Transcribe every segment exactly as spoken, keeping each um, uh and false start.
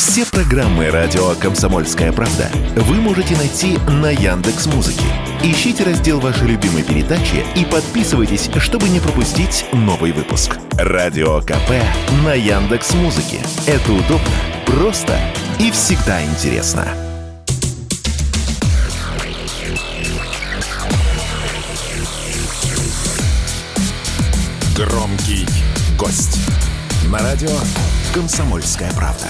Все программы радио «Комсомольская правда» вы можете найти на Яндекс.Музыке. Ищите раздел вашей любимой передачи и подписывайтесь, чтобы не пропустить новый выпуск. Радио КП на Яндекс.Музыке. Это удобно, просто и всегда интересно. Громкий гость. На радио «Комсомольская правда».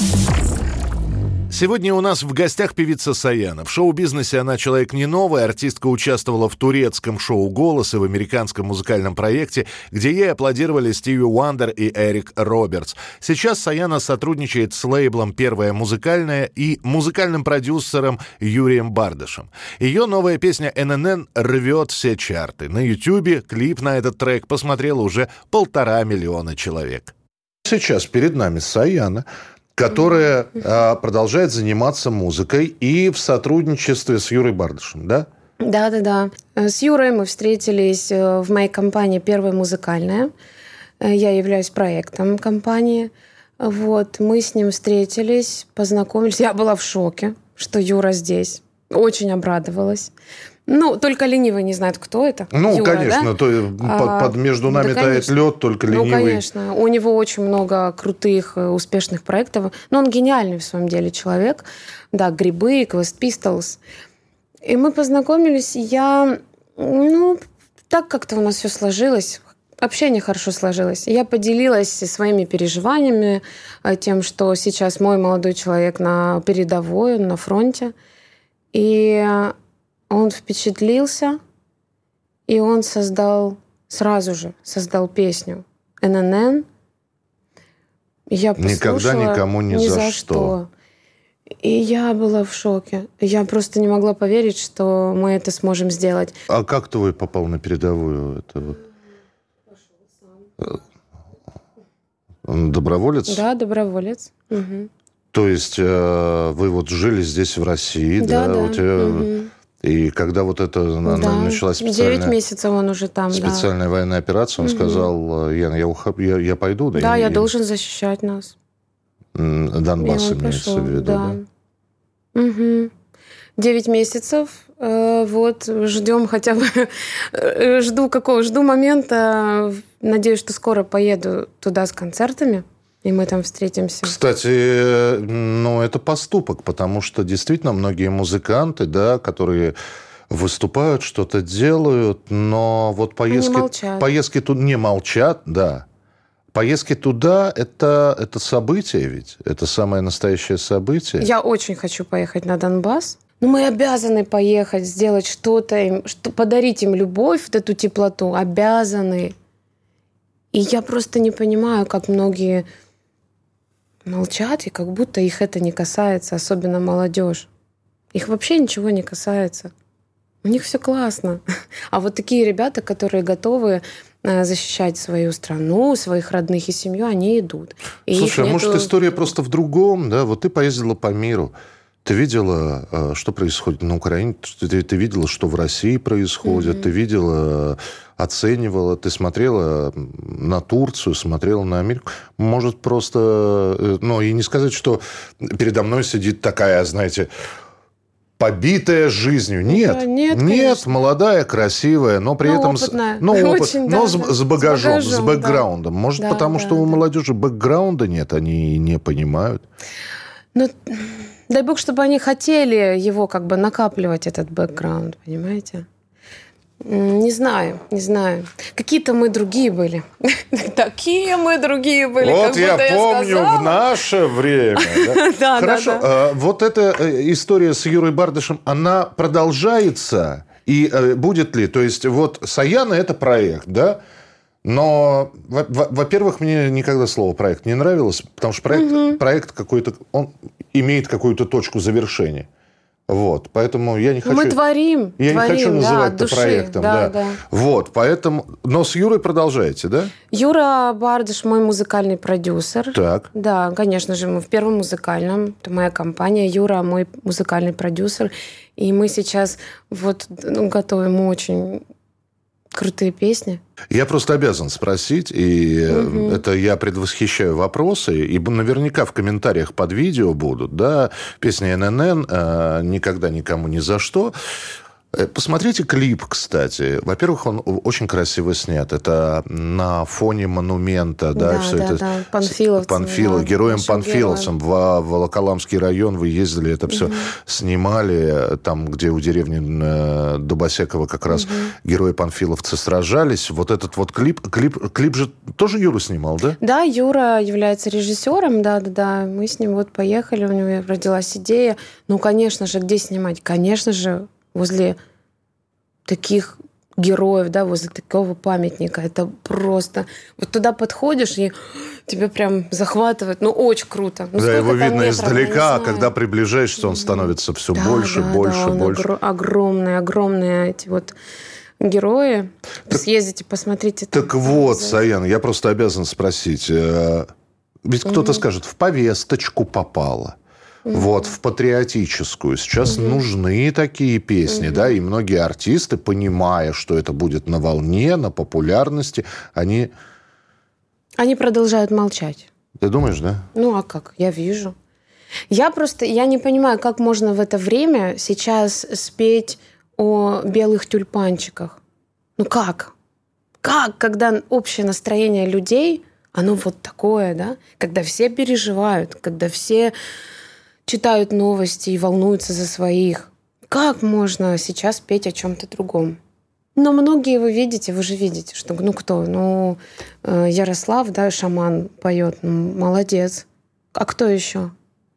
Сегодня у нас в гостях певица Саяна. В шоу-бизнесе она человек не новый. Артистка участвовала в турецком шоу «Голос» и в американском музыкальном проекте, где ей аплодировали Стиви Уандер и Эрик Робертс. Сейчас Саяна сотрудничает с лейблом «Первая музыкальная» и музыкальным продюсером Юрием Бардашем. Ее новая песня «эн эн эн» рвет все чарты. На Ютьюбе клип на этот трек посмотрело уже полтора миллиона человек. Сейчас перед нами Саяна, которая а, продолжает заниматься музыкой и в сотрудничестве с Юрой Бардашем, да? Да-да-да. С Юрой мы встретились в моей компании «Первая музыкальная». Я являюсь проектом компании. Вот. Мы с ним встретились, познакомились. Я была в шоке, что Юра здесь. Очень обрадовалась. Ну, только ленивый не знает, кто это. Ну, Юра, конечно, да? то, под, под между нами да, тает лед, только ленивый. Ну, конечно. У него очень много крутых, успешных проектов. Но он гениальный в своем деле человек. Да, «Грибы», «Quest Pistols». И мы познакомились, и я... Ну, так как-то у нас все сложилось. Общение хорошо сложилось. Я поделилась своими переживаниями, тем, что сейчас мой молодой человек на передовой, он на фронте. И... Он впечатлился, и он создал, сразу же создал песню «эн эн эн». Я Никогда никому ни, ни за, за что. что. И я была в шоке. Я просто не могла поверить, что мы это сможем сделать. А как твой попал на передовую? Это вот... Пошел сам. Он доброволец? Да, доброволец. Угу. То есть вы вот жили здесь, в России, да? Да, да. У тебя... Угу. И когда вот это да. началась специальная... девять месяцев он уже там, Специальная да. военная операция, он угу. сказал, Яна, я, ухоб... я, я пойду, да? Да, и... я должен защищать нас. Донбасс имеется в виду, да? да? Угу. Девять месяцев, э, вот, ждем хотя бы... жду какого? Жду момента, надеюсь, что скоро поеду туда с концертами. И мы там встретимся. Кстати, ну, это поступок, потому что действительно многие музыканты, да, которые выступают, что-то делают, но вот поездки, поездки туда не молчат, да. Поездки туда это, это событие ведь, это самое настоящее событие. Я очень хочу поехать на Донбасс. Но мы обязаны поехать, сделать что-то им, что, подарить им любовь, вот эту теплоту. Обязаны. И я просто не понимаю, как многие... молчат, и как будто их это не касается, особенно молодежь. Их вообще ничего не касается. У них все классно. А вот такие ребята, которые готовы защищать свою страну, своих родных и семью, они идут. И слушай, а нету... может история просто в другом, да? Вот ты поездила по миру, ты видела, что происходит на Украине, ты, ты видела, что в России происходит, mm-hmm. ты видела, оценивала, ты смотрела на Турцию, смотрела на Америку. Может, просто... Ну, и не сказать, что передо мной сидит такая, знаете, побитая жизнью. Нет, да, нет, нет молодая, красивая, но при но этом... Опытная. Но, опыт, Очень, но да, с, да. с багажом, с, багажом, с бэкграундом. Да. Может, да, потому да, что да. у молодежи бэкграунда нет, они не понимают. Ну... Дай бог, чтобы они хотели его как бы накапливать, этот бэкграунд, понимаете? Не знаю, не знаю. Какие-то мы другие были. Такие мы другие были. Вот я помню в наше время. Хорошо. Вот эта история с Юрой Бардашем, она продолжается? И будет ли? То есть вот Саяна – это проект, да? Но, во-первых, мне никогда слово «проект» не нравилось, потому что проект, угу. проект какой-то, он имеет какую-то точку завершения. Вот, поэтому я не хочу... Мы творим, Я творим, не хочу называть да, это проектом. Да, да. Да. Вот, поэтому... Но с Юрой продолжаете, да? Юра Бардаш мой музыкальный продюсер. Так. Да, конечно же, мы в Первом музыкальном. Это моя компания. Юра мой музыкальный продюсер. И мы сейчас вот ну, готовим очень... крутые песни. Я просто обязан спросить, и угу. это я предвосхищаю вопросы, и наверняка в комментариях под видео будут, да, песня эн эн эн «Никогда никому ни за что». Посмотрите клип, кстати. Во-первых, он очень красиво снят. Это на фоне монумента, да, да все да, это. Да. Панфиловцам. Панфилов, да, героям Панфиловцам в Волоколамский район вы ездили, это все угу. снимали, там, где у деревни Дубосекова как раз угу. герои Панфиловцы сражались. Вот этот вот клип, клип, клип же тоже Юра снимал, да? Да, Юра является режиссером, да-да-да. Мы с ним вот поехали, у него родилась идея. Ну, конечно же, где снимать? Конечно же, возле таких героев, да, возле такого памятника. Это просто... Вот туда подходишь, и тебя прям захватывает. Ну, очень круто. Ну, да, его видно метров, издалека, а когда приближаешься, он становится все да, больше, да, больше, да, он больше. Огр- огромные, огромные эти вот герои. Так, съездите, посмотрите. Так там, вот, Саяна, я просто обязан спросить. Ведь кто-то угу. скажет, в повесточку попало. Вот, в патриотическую. Сейчас угу. нужны такие песни, угу. да, и многие артисты, понимая, что это будет на волне, на популярности, они... Они продолжают молчать. Ты думаешь, да? Ну, а как? Я вижу. Я просто, я не понимаю, как можно в это время сейчас спеть о белых тюльпанчиках. Ну, как? Как, когда общее настроение людей, оно вот такое, да? Когда все переживают, когда все... читают новости и волнуются за своих. Как можно сейчас петь о чем-то другом? Но многие вы видите, вы же видите, что ну кто? Ну, Ярослав, да, шаман поет, ну, молодец. А кто еще?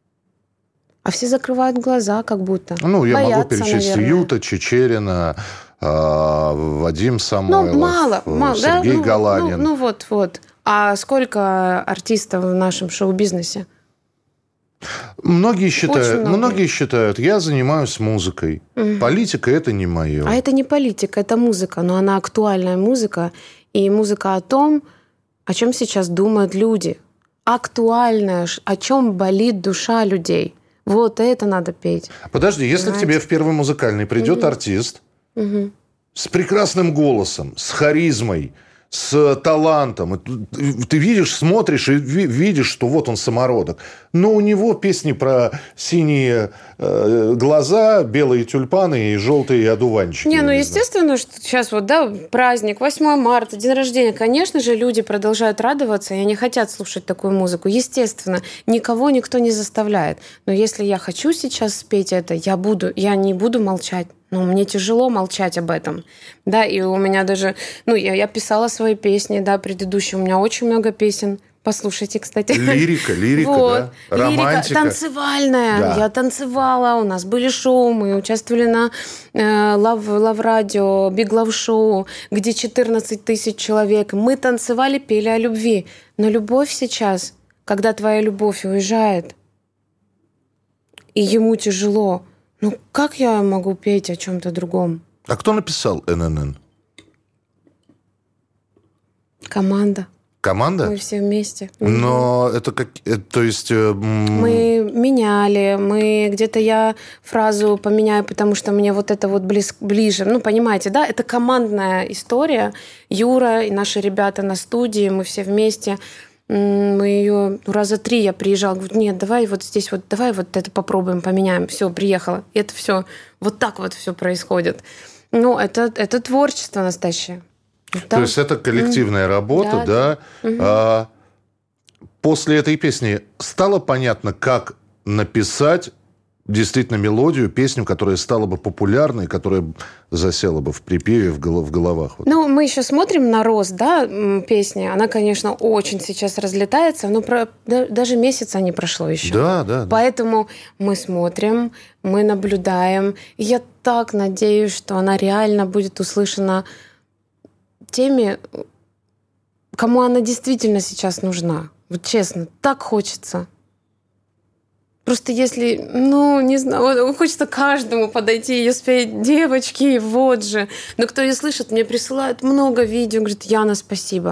А все закрывают глаза, как будто. Ну, я боятся, могу перечислить наверное. Юта, Чечерина, Вадим Самойлов, ну, мало, мало, Сергей да? ну, Галанин. Ну, ну вот, вот. А сколько артистов в нашем шоу-бизнесе? Многие считают, многие. многие считают, я занимаюсь музыкой. Угу. Политика – это не мое. А это не политика, это музыка, но она актуальная музыка. И музыка о том, о чем сейчас думают люди. Актуальная, о чем болит душа людей. Вот это надо петь. Подожди, если Понимаете? К тебе в первый музыкальный придет угу. артист угу. с прекрасным голосом, с харизмой, с талантом. Ты видишь, смотришь и видишь, что вот он самородок. Но у него песни про синие э, глаза, белые тюльпаны и желтые одуванчики. Не, ну, естественно, что сейчас вот, да, праздник, восьмое марта, день рождения. Конечно же, люди продолжают радоваться, и они хотят слушать такую музыку. Естественно, никого никто не заставляет. Но если я хочу сейчас спеть это, я буду, я не буду молчать. Ну, мне тяжело молчать об этом. Да, и у меня даже... Ну, я, я писала свои песни, да, предыдущие. У меня очень много песен. Послушайте, кстати. Лирика, лирика, вот. Да? Романтика. Лирика танцевальная. Да. Я танцевала, у нас были шоу, мы участвовали на э, лав, лав-радио, Биг Лав Шоу, где четырнадцать тысяч человек. Мы танцевали, пели о любви. Но любовь сейчас, когда твоя любовь уезжает, и ему тяжело... Ну, как я могу петь о чем-то другом? А кто написал эн эн эн? Команда. Команда? Мы все вместе. Но mm-hmm. это как... Это, то есть... Э, мы меняли, мы где-то я фразу поменяю, потому что мне вот это вот близ, ближе. Ну, понимаете, да? Это командная история. Юра и наши ребята на студии, мы все вместе... Мы ее раза три я приезжала, говорю, нет, давай вот здесь вот, давай вот это попробуем, поменяем. Все, приехала. И это все, вот так вот все происходит. Ну, это, это творчество настоящее. То да. есть это коллективная mm. работа, да? да. Mm-hmm. А, после этой песни стало понятно, как написать действительно мелодию, песню, которая стала бы популярной, которая засела бы в припеве, в головах. Вот. Ну, мы еще смотрим на рост, да, песни. Она, конечно, очень сейчас разлетается, но про, да, даже месяца не прошло еще. Да, да. Поэтому да. мы смотрим, мы наблюдаем. И я так надеюсь, что она реально будет услышана теми, кому она действительно сейчас нужна. Вот честно, так хочется. Просто если, ну, не знаю, хочется каждому подойти и спеть, девочки, вот же. Но кто ее слышит, мне присылают много видео, говорит, Яна, спасибо.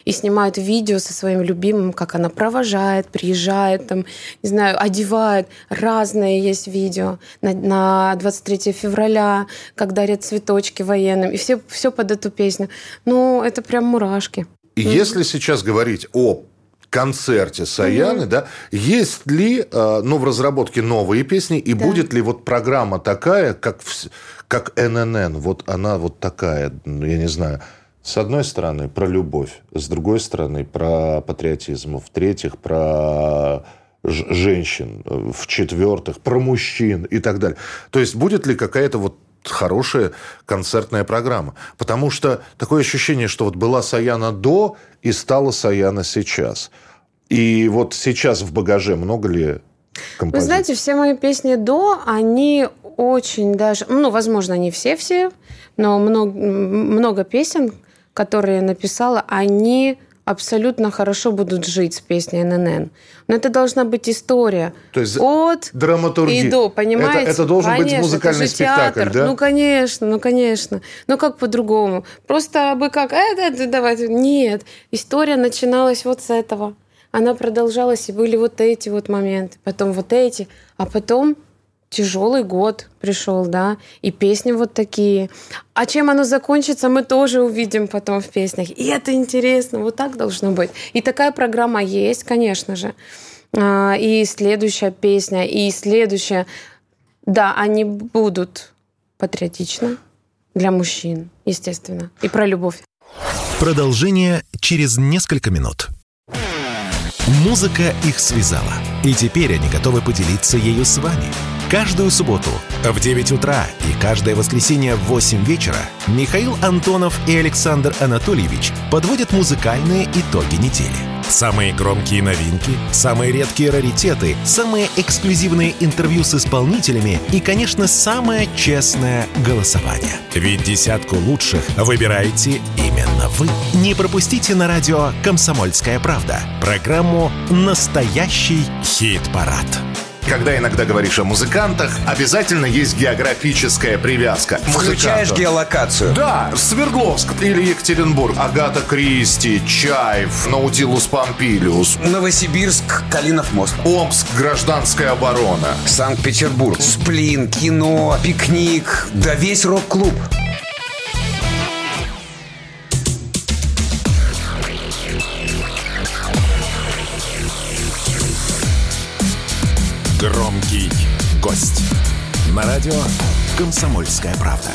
и снимают видео со своим любимым, как она провожает, приезжает, там, не знаю, одевает. Разные есть видео на, на двадцать третьего февраля, как дарят цветочки военным, и все, все под эту песню. Ну, это прям мурашки. И mm-hmm. если сейчас говорить о концерте Саяны, mm-hmm. да, есть ли, ну, в разработке новые песни, и да. будет ли вот программа такая, как, как эн эн эн, вот она вот такая, я не знаю, с одной стороны про любовь, с другой стороны про патриотизм, в-третьих, про женщин, в-четвертых, про мужчин и так далее. То есть будет ли какая-то вот хорошая концертная программа? Потому что такое ощущение, что вот была Саяна до и стала Саяна сейчас. И вот сейчас в багаже много ли композиций? Вы знаете, все мои песни до, они очень даже... Ну, возможно, не все-все, но много, много песен, которые я написала, они абсолютно хорошо будут жить с песней эн эн эн. Но это должна быть история. То есть от драматургия. И до, понимаете? Это, это должен конечно, быть музыкальный это же спектакль, театр. да? Ну, конечно, ну, конечно. Ну, как по-другому? Просто бы как, э, да, да, давайте. Нет. История начиналась вот с этого. Она продолжалась, и были вот эти вот моменты, потом вот эти, а потом тяжелый год пришел, да, и песни вот такие. А чем оно закончится, мы тоже увидим потом в песнях. И это интересно, вот так должно быть. И такая программа есть, конечно же. И следующая песня, и следующая. Да, они будут патриотичны для мужчин, естественно, и про любовь. Продолжение через несколько минут. Музыка их связала, и теперь они готовы поделиться ею с вами. Каждую субботу в девять утра и каждое воскресенье в восемь вечера Михаил Антонов и Александр Анатольевич подводят музыкальные итоги недели. Самые громкие новинки, самые редкие раритеты, самые эксклюзивные интервью с исполнителями и, конечно, самое честное голосование. Ведь десятку лучших выбираете именно вы. Не пропустите на радио «Комсомольская правда» программу «Настоящий хит-парад». Когда иногда говоришь о музыкантах, обязательно есть географическая привязка. Включаешь геолокацию. Да, Свердловск или Екатеринбург, Агата Кристи, Чайф, Наутилус Помпилиус, Новосибирск, Калинов мост, Омск, Гражданская оборона, Санкт-Петербург, Сплин, кино, пикник, да весь рок-клуб. Громкий гость. На радио «Комсомольская правда».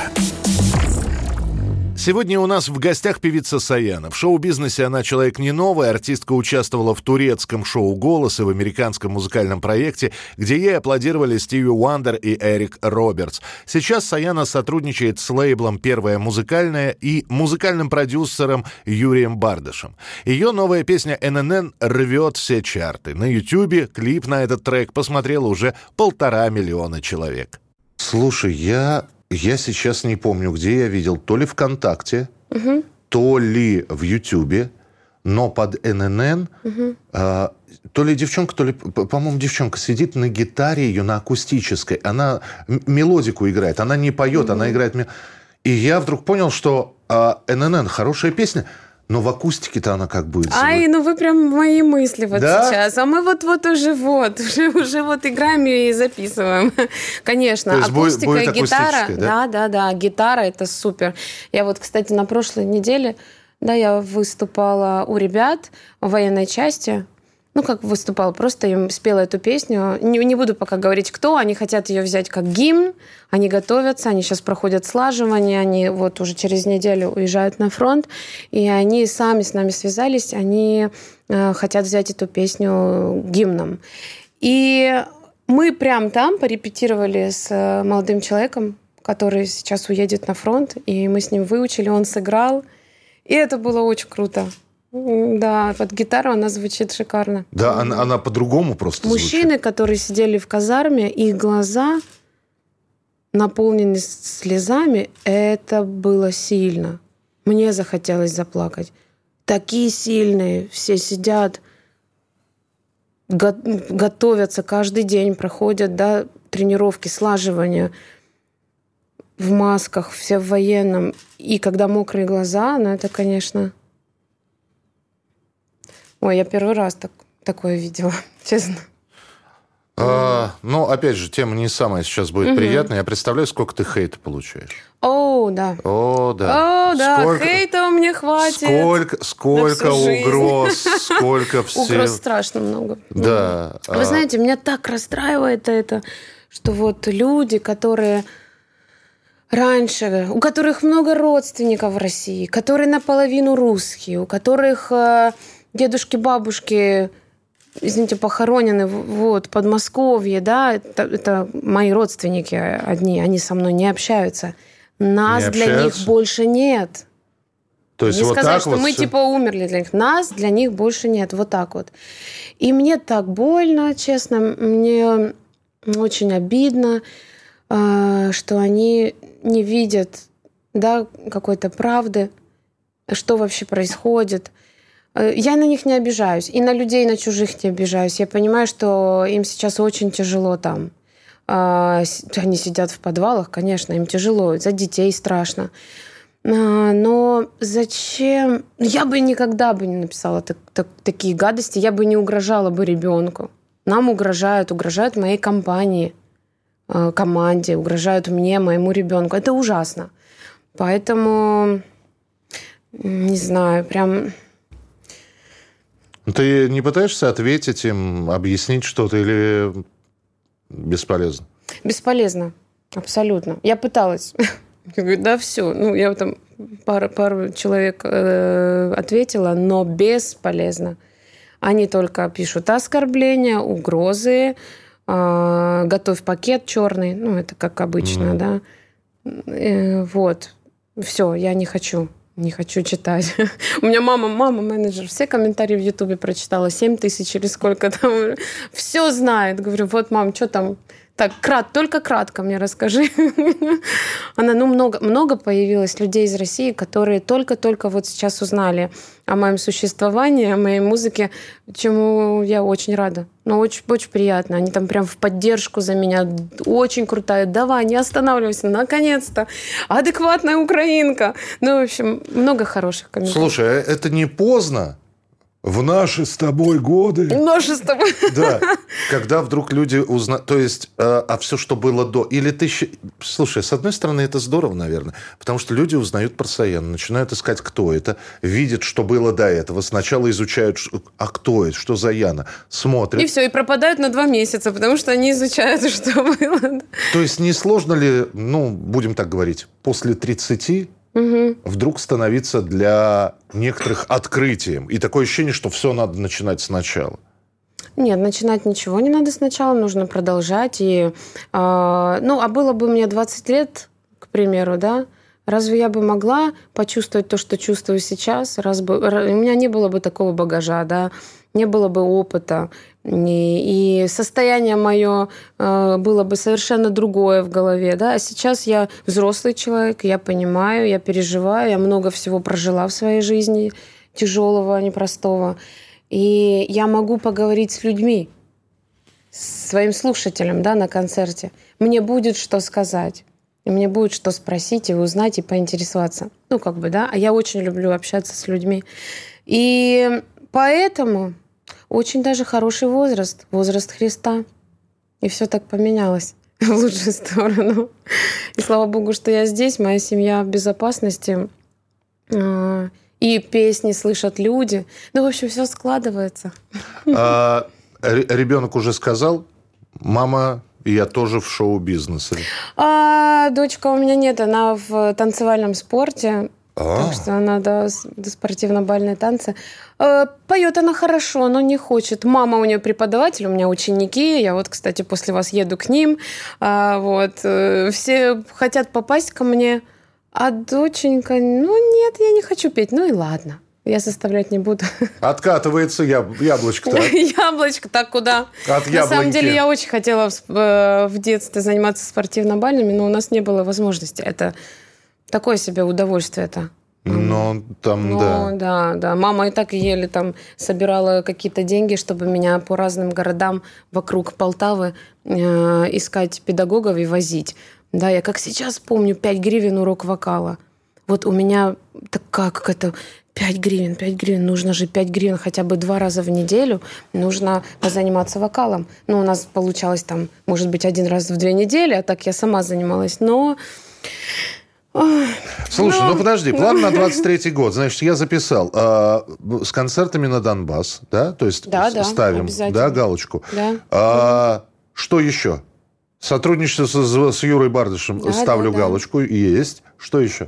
Сегодня у нас в гостях певица Саяна. В шоу-бизнесе она человек не новый. Артистка участвовала в турецком шоу «Голос» и в американском музыкальном проекте, где ей аплодировали Стиви Уандер и Эрик Робертс. Сейчас Саяна сотрудничает с лейблом «Первая музыкальная» и музыкальным продюсером Юрием Бардашем. Ее новая песня «эн эн эн» рвет все чарты. На Ютьюбе клип на этот трек посмотрело уже полтора миллиона человек. Слушай, я... Я сейчас не помню, где я видел, то ли ВКонтакте, угу. то ли в Ютьюбе, но под эн эн эн, угу. э, то ли девчонка, то ли, по-моему, девчонка сидит на гитаре ее, на акустической. Она м- мелодику играет, она не поет, угу. она играет... И я вдруг понял, что э, эн эн эн хорошая песня, но в акустике-то она как будет? Ай, ну вы прям мои мысли вот да? сейчас. А мы вот-вот уже вот, уже, уже вот играем и записываем. Конечно, акустика будет, будет и гитара. Да? да, да, да, гитара это супер. Я вот, кстати, на прошлой неделе, да, я выступала у ребят в военной части. Ну, как выступала, просто им спела эту песню. Не, не буду пока говорить, кто. Они хотят ее взять как гимн. Они готовятся, они сейчас проходят слаживание. Они вот уже через неделю уезжают на фронт. И они сами с нами связались. Они э, хотят взять эту песню гимном. И мы прям там порепетировали с молодым человеком, который сейчас уедет на фронт. И мы с ним выучили, он сыграл. И это было очень круто. Да, под гитару она звучит шикарно. Да, она, она по-другому просто Мужчины, звучит. которые сидели в казарме, их глаза наполнены слезами, это было сильно. Мне захотелось заплакать. Такие сильные, все сидят, го- готовятся каждый день, проходят, да, тренировки, слаживания в масках, все в военном. И когда мокрые глаза, ну это, конечно... Ой, я первый раз так, такое видела, честно. А, ну, опять же, тема не самая сейчас будет угу. приятная. Я представляю, сколько ты хейта получаешь. О, да. О, да. О, да, сколько, хейта мне хватит. Сколько, сколько угроз, сколько всего. Угроз страшно много. Да. Вы а... знаете, меня так расстраивает это, что вот люди, которые раньше, у которых много родственников в России, которые наполовину русские, у которых э, дедушки, бабушки... извините, похоронены вот, в Подмосковье, да, это, это мои родственники одни, они со мной не общаются. Нас не для общаются? Них больше нет. То есть не вот сказать, так что вот мы все... типа умерли для них. Нас для них больше нет. Вот так вот. И мне так больно, честно, мне очень обидно, что они не видят, да, какой-то правды, что вообще происходит. Я на них не обижаюсь. И на людей, на чужих не обижаюсь. Я понимаю, что им сейчас очень тяжело там. Они сидят в подвалах, конечно, им тяжело. За детей страшно. Но зачем? Я бы никогда бы не написала так, так, такие гадости. Я бы не угрожала бы ребенку. Нам угрожают, угрожают моей компании, команде, угрожают мне, моему ребенку. Это ужасно. Поэтому, не знаю, прям... Ты не пытаешься ответить им, объяснить что-то или бесполезно? Бесполезно, абсолютно. Я пыталась. Я говорю, да, все. Ну, я там пару, пару человек э, ответила, но бесполезно. Они только пишут оскорбления, угрозы, э, готовь пакет черный. Ну, это как обычно, mm. да. Э, вот. Все, я не хочу. Не хочу читать. У меня мама, мама менеджер, все комментарии в Ютубе прочитала, семь тысяч или сколько там. Все знает. Говорю, вот, мам, что там? Так, крат, только кратко мне расскажи. Она, ну, много, много появилось людей из России, которые только-только вот сейчас узнали о моем существовании, о моей музыке, чему я очень рада. Ну, очень, очень приятно. Они там прям в поддержку за меня. Очень крутая. Давай, не останавливайся. Наконец-то. Адекватная украинка. Ну, в общем, много хороших комментариев. Слушай, это не поздно? В наши с тобой годы. В наши с тобой. Да. Когда вдруг люди узнают... То есть, а, а все, что было до... Или ты... Слушай, с одной стороны, это здорово, наверное. Потому что люди узнают про Саяна, начинают искать, кто это. Видят, что было до этого. Сначала изучают, а кто это, что за Яна. Смотрят. И все, и пропадают на два месяца, потому что они изучают, что было. То есть, не сложно ли, ну, будем так говорить, после тридцати... Угу. Вдруг становиться для некоторых открытием. И такое ощущение, что все надо начинать сначала. Нет, начинать ничего не надо сначала, нужно продолжать. И, э, ну, а было бы мне двадцать лет, к примеру, да, разве я бы могла почувствовать то, что чувствую сейчас? Раз бы, у меня не было бы такого багажа, да, не было бы опыта. И, и состояние мое э, было бы совершенно другое в голове. Да? А сейчас я взрослый человек, я понимаю, я переживаю, я много всего прожила в своей жизни, тяжелого, непростого. И я могу поговорить с людьми, с своим слушателем, да, на концерте. Мне будет что сказать. И мне будет что спросить и узнать, и поинтересоваться. Ну, как бы, да. А я очень люблю общаться с людьми. И поэтому очень даже хороший возраст. Возраст Христа. И все так поменялось в лучшую сторону. И слава Богу, что я здесь, моя семья в безопасности. И песни слышат люди. Ну, в общем, все складывается. А, ребенок уже сказал, мама... Я тоже в шоу-бизнесе. А, дочка у меня нет, она в танцевальном спорте. А-а-а. Так что она, да, спортивно-бальные танцы. А, поет она хорошо, но не хочет. Мама у нее преподаватель, у меня ученики. Я вот, кстати, после вас еду к ним. А, вот. Все хотят попасть ко мне. А доченька, ну нет, я не хочу петь. Ну и ладно. Я заставлять не буду. Откатывается яб... яблочко-то. Яблочко, так куда? От яблоньки. На самом деле, я очень хотела в, в детстве заниматься спортивно-бальными, но у нас не было возможности. Это такое себе удовольствие это. Ну, там, ну, да. да, да. Мама и так еле там собирала какие-то деньги, чтобы меня по разным городам вокруг Полтавы э, искать педагогов и возить. Да, я как сейчас помню, пять гривен урок вокала. Вот у меня такая какая-то пять гривен, пять гривен. Нужно же пять гривен хотя бы два раза в неделю. Нужно позаниматься вокалом. Ну, у нас получалось там, может быть, один раз в две недели, а так я сама занималась. Но... Слушай, Но... ну подожди, план на двадцать третий год. Значит, я записал а, с концертами на Донбасс, да? То есть да, да, ставим, да, галочку. Да. А, угу. Что еще? Сотрудничество с, с Юрой Бардышем. Да, ставлю да, галочку. Да. Есть. Что еще?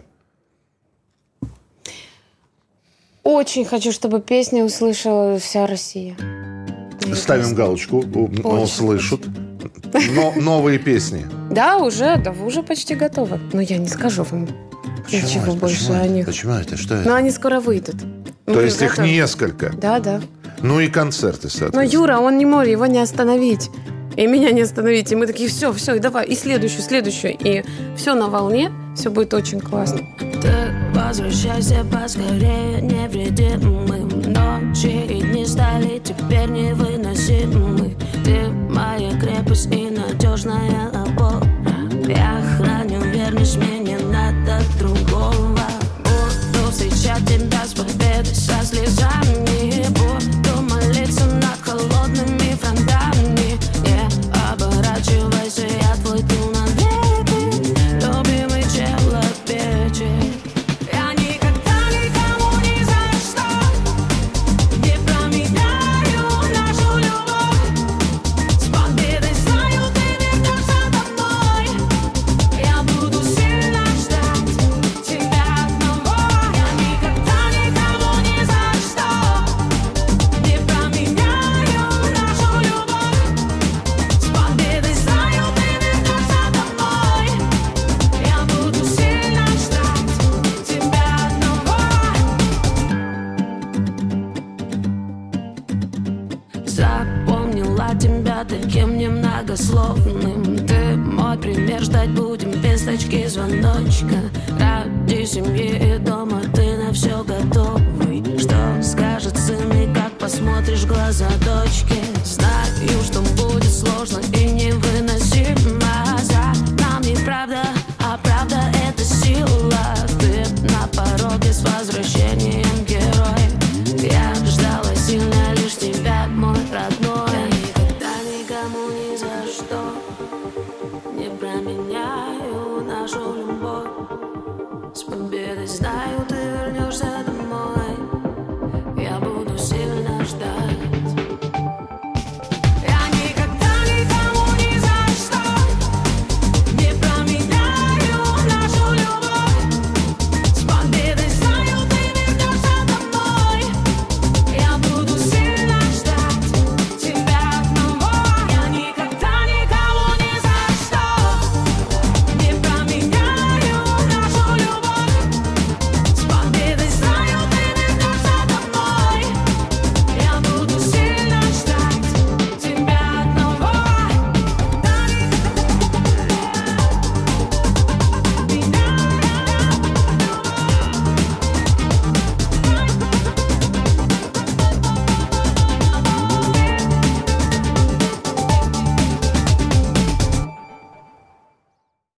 Очень хочу, чтобы песни услышала вся Россия. Ставим песни. Галочку. Очень услышат. Но новые песни. Да, уже, да, уже почти готовы. Но я не скажу вам почему ничего это? больше Почему о них. Почему это? Что это? Но они скоро выйдут. То Мы есть их несколько? Да, да. Ну и концерты, соответственно. Но Юра, он не может, его не остановить. И меня не остановить. И мы такие, все, все, и давай, и следующую, следующую. И все на волне, все будет очень классно. Ты возвращайся поскорее, невредимым. Ночи и дни стали теперь невыносимы. Ты моя крепость и надежная опора. Я храню верность, мне не надо другого. Буду встречать тебя с победой, со слезами. Буду молиться над холодными фронтами. Не оборачивайся, я твой тыл навеки, любимый человечек. Я никогда никому ни за что не променяю нашу любовь. С победой знаю, ты вернешься домой. Я буду сильно ждать тебя одного. Я никогда никому ни за что не променяю нашу любовь. С победой знаю, ты вернешься домой. Я буду сильно ждать тебя одного. Запомнила тебя таким немногословным. Ты мой пример, ждать будем без точки звоночка. Ради семьи и дома ты на все готовый. Что скажет сын и как посмотришь в глаза дочки. Знаю, что будет сложно и невыносимо. За нами правда, а правда это сила. Ты на пороге с возвращением, герой. Я ждала сильно лишь тебя, мой родной. Я никогда никому ни за что не променяю нашу любовь. С победой знаю, ты вернешься домой.